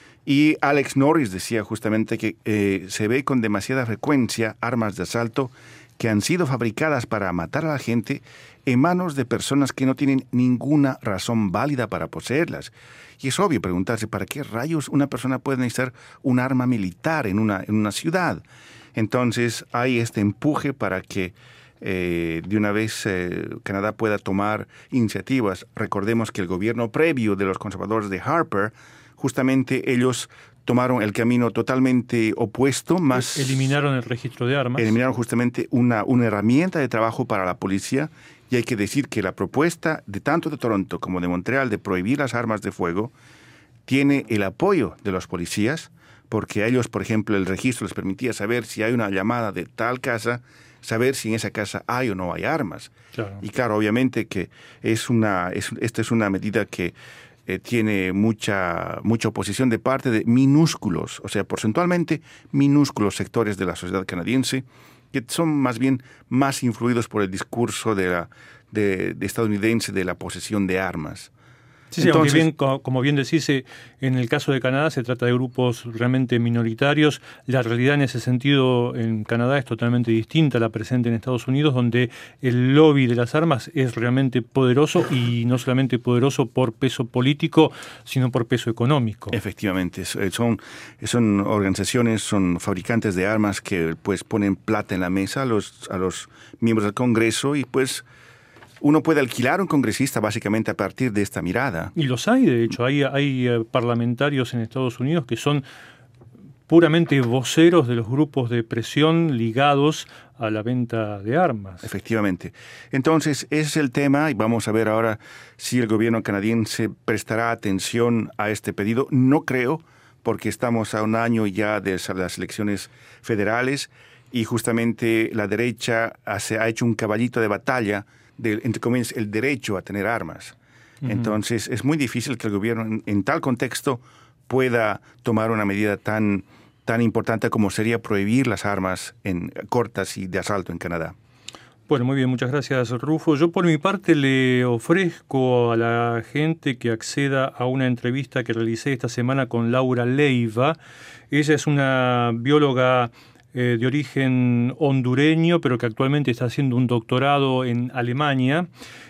Y Alex Norris decía justamente que eh, se ve con demasiada frecuencia armas de asalto que han sido fabricadas para matar a la gente en manos de personas que no tienen ninguna razón válida para poseerlas. Y es obvio preguntarse, ¿para qué rayos una persona puede necesitar un arma militar en una, en una ciudad? Entonces hay este empuje para que Eh, de una vez eh, Canadá pueda tomar iniciativas. Recordemos que el gobierno previo de los conservadores de Harper, justamente ellos tomaron el camino totalmente opuesto, más... Eliminaron el registro de armas. Eliminaron justamente una, una herramienta de trabajo para la policía, y hay que decir que la propuesta de tanto de Toronto como de Montreal de prohibir las armas de fuego tiene el apoyo de los policías, porque a ellos, por ejemplo, el registro les permitía saber si hay una llamada de tal casa, saber si en esa casa hay o no hay armas. Claro. Y claro, obviamente que es una, es, esta es una medida que eh, tiene mucha, mucha oposición de parte de minúsculos, o sea, porcentualmente minúsculos sectores de la sociedad canadiense, que son más bien más influidos por el discurso de la, de, de estadounidense de la posesión de armas. Sí, sí, Entonces, aunque bien, como bien decís, en el caso de Canadá se trata de grupos realmente minoritarios. La realidad en ese sentido en Canadá es totalmente distinta a la presente en Estados Unidos, donde el lobby de las armas es realmente poderoso, y no solamente poderoso por peso político, sino por peso económico. Efectivamente, son, son organizaciones, son fabricantes de armas que pues ponen plata en la mesa a los, a los miembros del Congreso, y pues uno puede alquilar un congresista básicamente a partir de esta mirada. Y los hay, de hecho, hay, hay parlamentarios en Estados Unidos que son puramente voceros de los grupos de presión ligados a la venta de armas. Efectivamente. Entonces, ese es el tema, y vamos a ver ahora si el gobierno canadiense prestará atención a este pedido. No creo, porque estamos a un año ya de las elecciones federales, y justamente la derecha hace, ha hecho un caballito de batalla de, entre comillas, el derecho a tener armas. Uh-huh. Entonces, es muy difícil que el gobierno, en, en tal contexto, pueda tomar una medida tan, tan importante como sería prohibir las armas en, cortas y de asalto en Canadá. Bueno, muy bien, muchas gracias, Rufo. Yo por mi parte le ofrezco a la gente que acceda a una entrevista que realicé esta semana con Laura Leiva. Ella es una bióloga Eh, de origen hondureño, pero que actualmente está haciendo un doctorado en Alemania,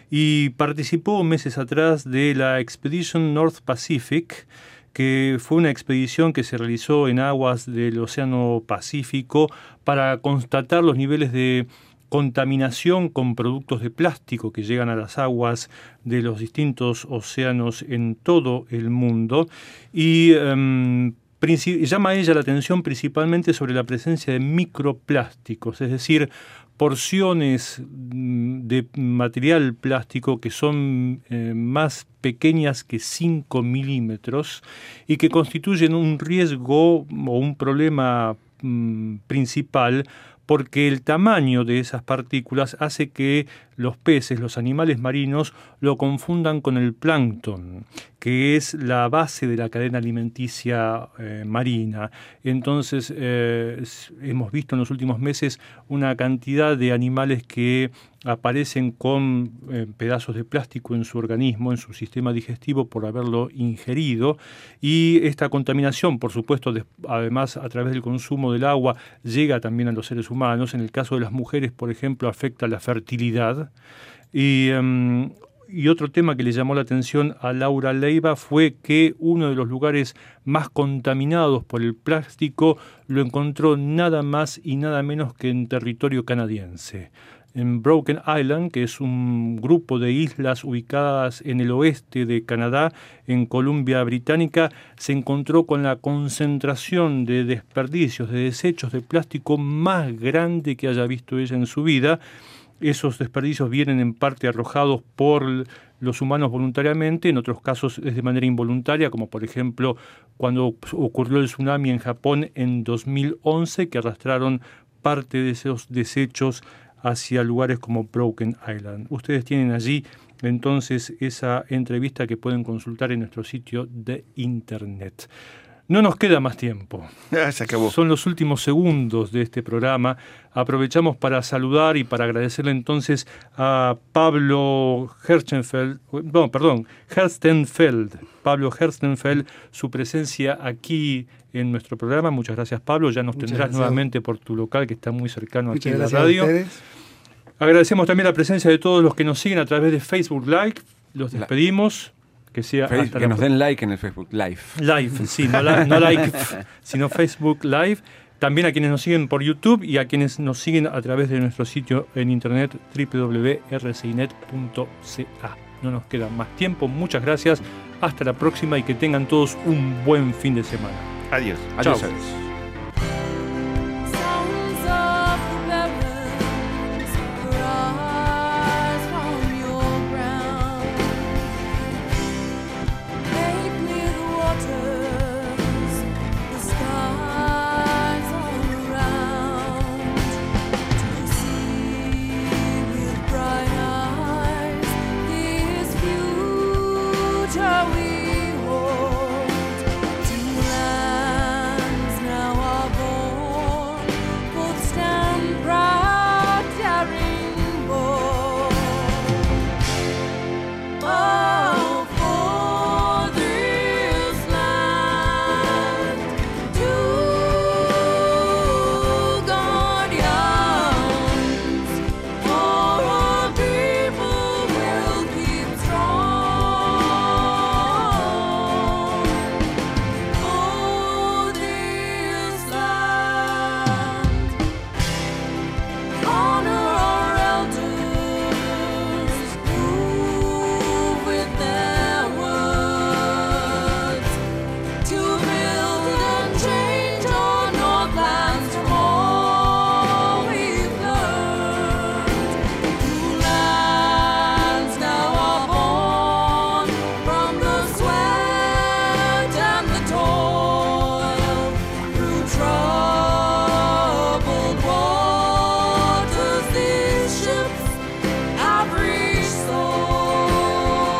y participó meses atrás de la Expedition North Pacific, que fue una expedición que se realizó en aguas del Océano Pacífico para constatar los niveles de contaminación con productos de plástico que llegan a las aguas de los distintos océanos en todo el mundo. Y um, llama a ella la atención principalmente sobre la presencia de microplásticos, es decir, porciones de material plástico que son eh, más pequeñas que cinco milímetros y que constituyen un riesgo o un problema mm, principal, porque el tamaño de esas partículas hace que los peces, los animales marinos, lo confundan con el plancton, que es la base de la cadena alimenticia eh, marina. Entonces, eh, hemos visto en los últimos meses una cantidad de animales que aparecen con eh, pedazos de plástico en su organismo, en su sistema digestivo, por haberlo ingerido, y esta contaminación, por supuesto, de, además a través del consumo del agua, llega también a los seres humanos. En el caso de las mujeres, por ejemplo, afecta la fertilidad, y, um, y otro tema que le llamó la atención a Laura Leiva fue que uno de los lugares más contaminados por el plástico lo encontró nada más y nada menos que en territorio canadiense. En Broken Island, que es un grupo de islas ubicadas en el oeste de Canadá, en Columbia Británica, se encontró con la concentración de desperdicios, de desechos de plástico más grande que haya visto ella en su vida. Esos desperdicios vienen en parte arrojados por los humanos voluntariamente, en otros casos es de manera involuntaria, como por ejemplo cuando ocurrió el tsunami en Japón en dos mil once, que arrastraron parte de esos desechos hacia lugares como Broken Island. Ustedes tienen allí entonces esa entrevista que pueden consultar en nuestro sitio de internet. No nos queda más tiempo. Ya se acabó. Son los últimos segundos de este programa. Aprovechamos para saludar y para agradecerle entonces a Pablo Herstenfeld, no, perdón, Herstenfeld, Pablo Herstenfeld, su presencia aquí en nuestro programa. Muchas gracias, Pablo. Ya nos Muchas tendrás gracias. nuevamente por tu local, que está muy cercano aquí Muchas en la gracias radio. a ustedes. Agradecemos también la presencia de todos los que nos siguen a través de Facebook Live. Los despedimos. Que sea Facebook, hasta que la nos den like en el Facebook Live. Live, sí, no, la, no like, sino Facebook Live. También a quienes nos siguen por YouTube y a quienes nos siguen a través de nuestro sitio en internet doble u doble u doble u punto r c i net punto c a. No nos queda más tiempo. Muchas gracias. Hasta la próxima y que tengan todos un buen fin de semana. Adiós. Adiós. Chao. Adiós. Sounds of the barrels rise from your ground. Make clear the waters, the skies all around. To see with bright eyes this future we hold. To lands now are born, both stand proud, daring bold. Oh, for this land, two guardians, for our people will keep strong. For this land, honor our elders, move with their words, to build and change our Northlands from all we've learned. New lands now are born from the sweat and the toil, through troubled waters these ships have reached shore.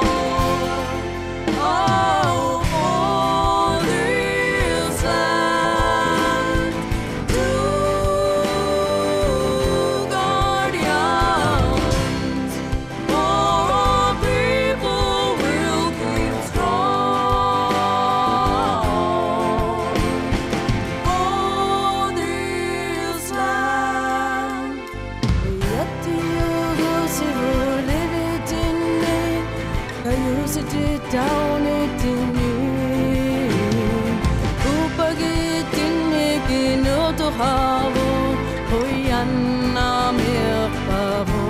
Oh, for this land, two guardians, for our people will keep strong. For this land, yet you see who live it in me, I use it down it in me. Upagit in me, kino to havo, hoyan na mir pavo.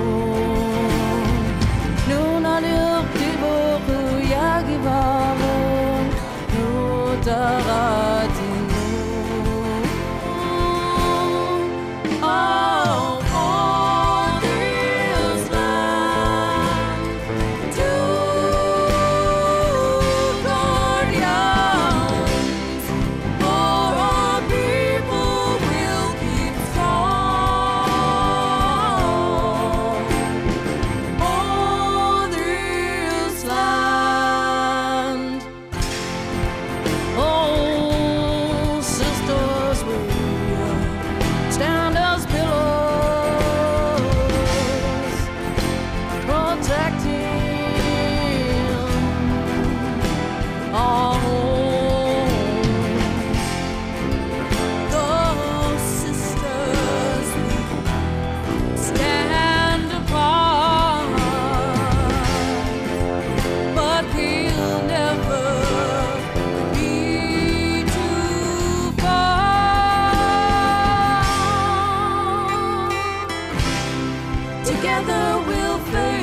Nuna lirtivo, kuyagi vavo, no taratino. Oh, for this land, two guardians, for our people will keep strong. For this land, oh, sisters, we stand as pillars. Together we'll face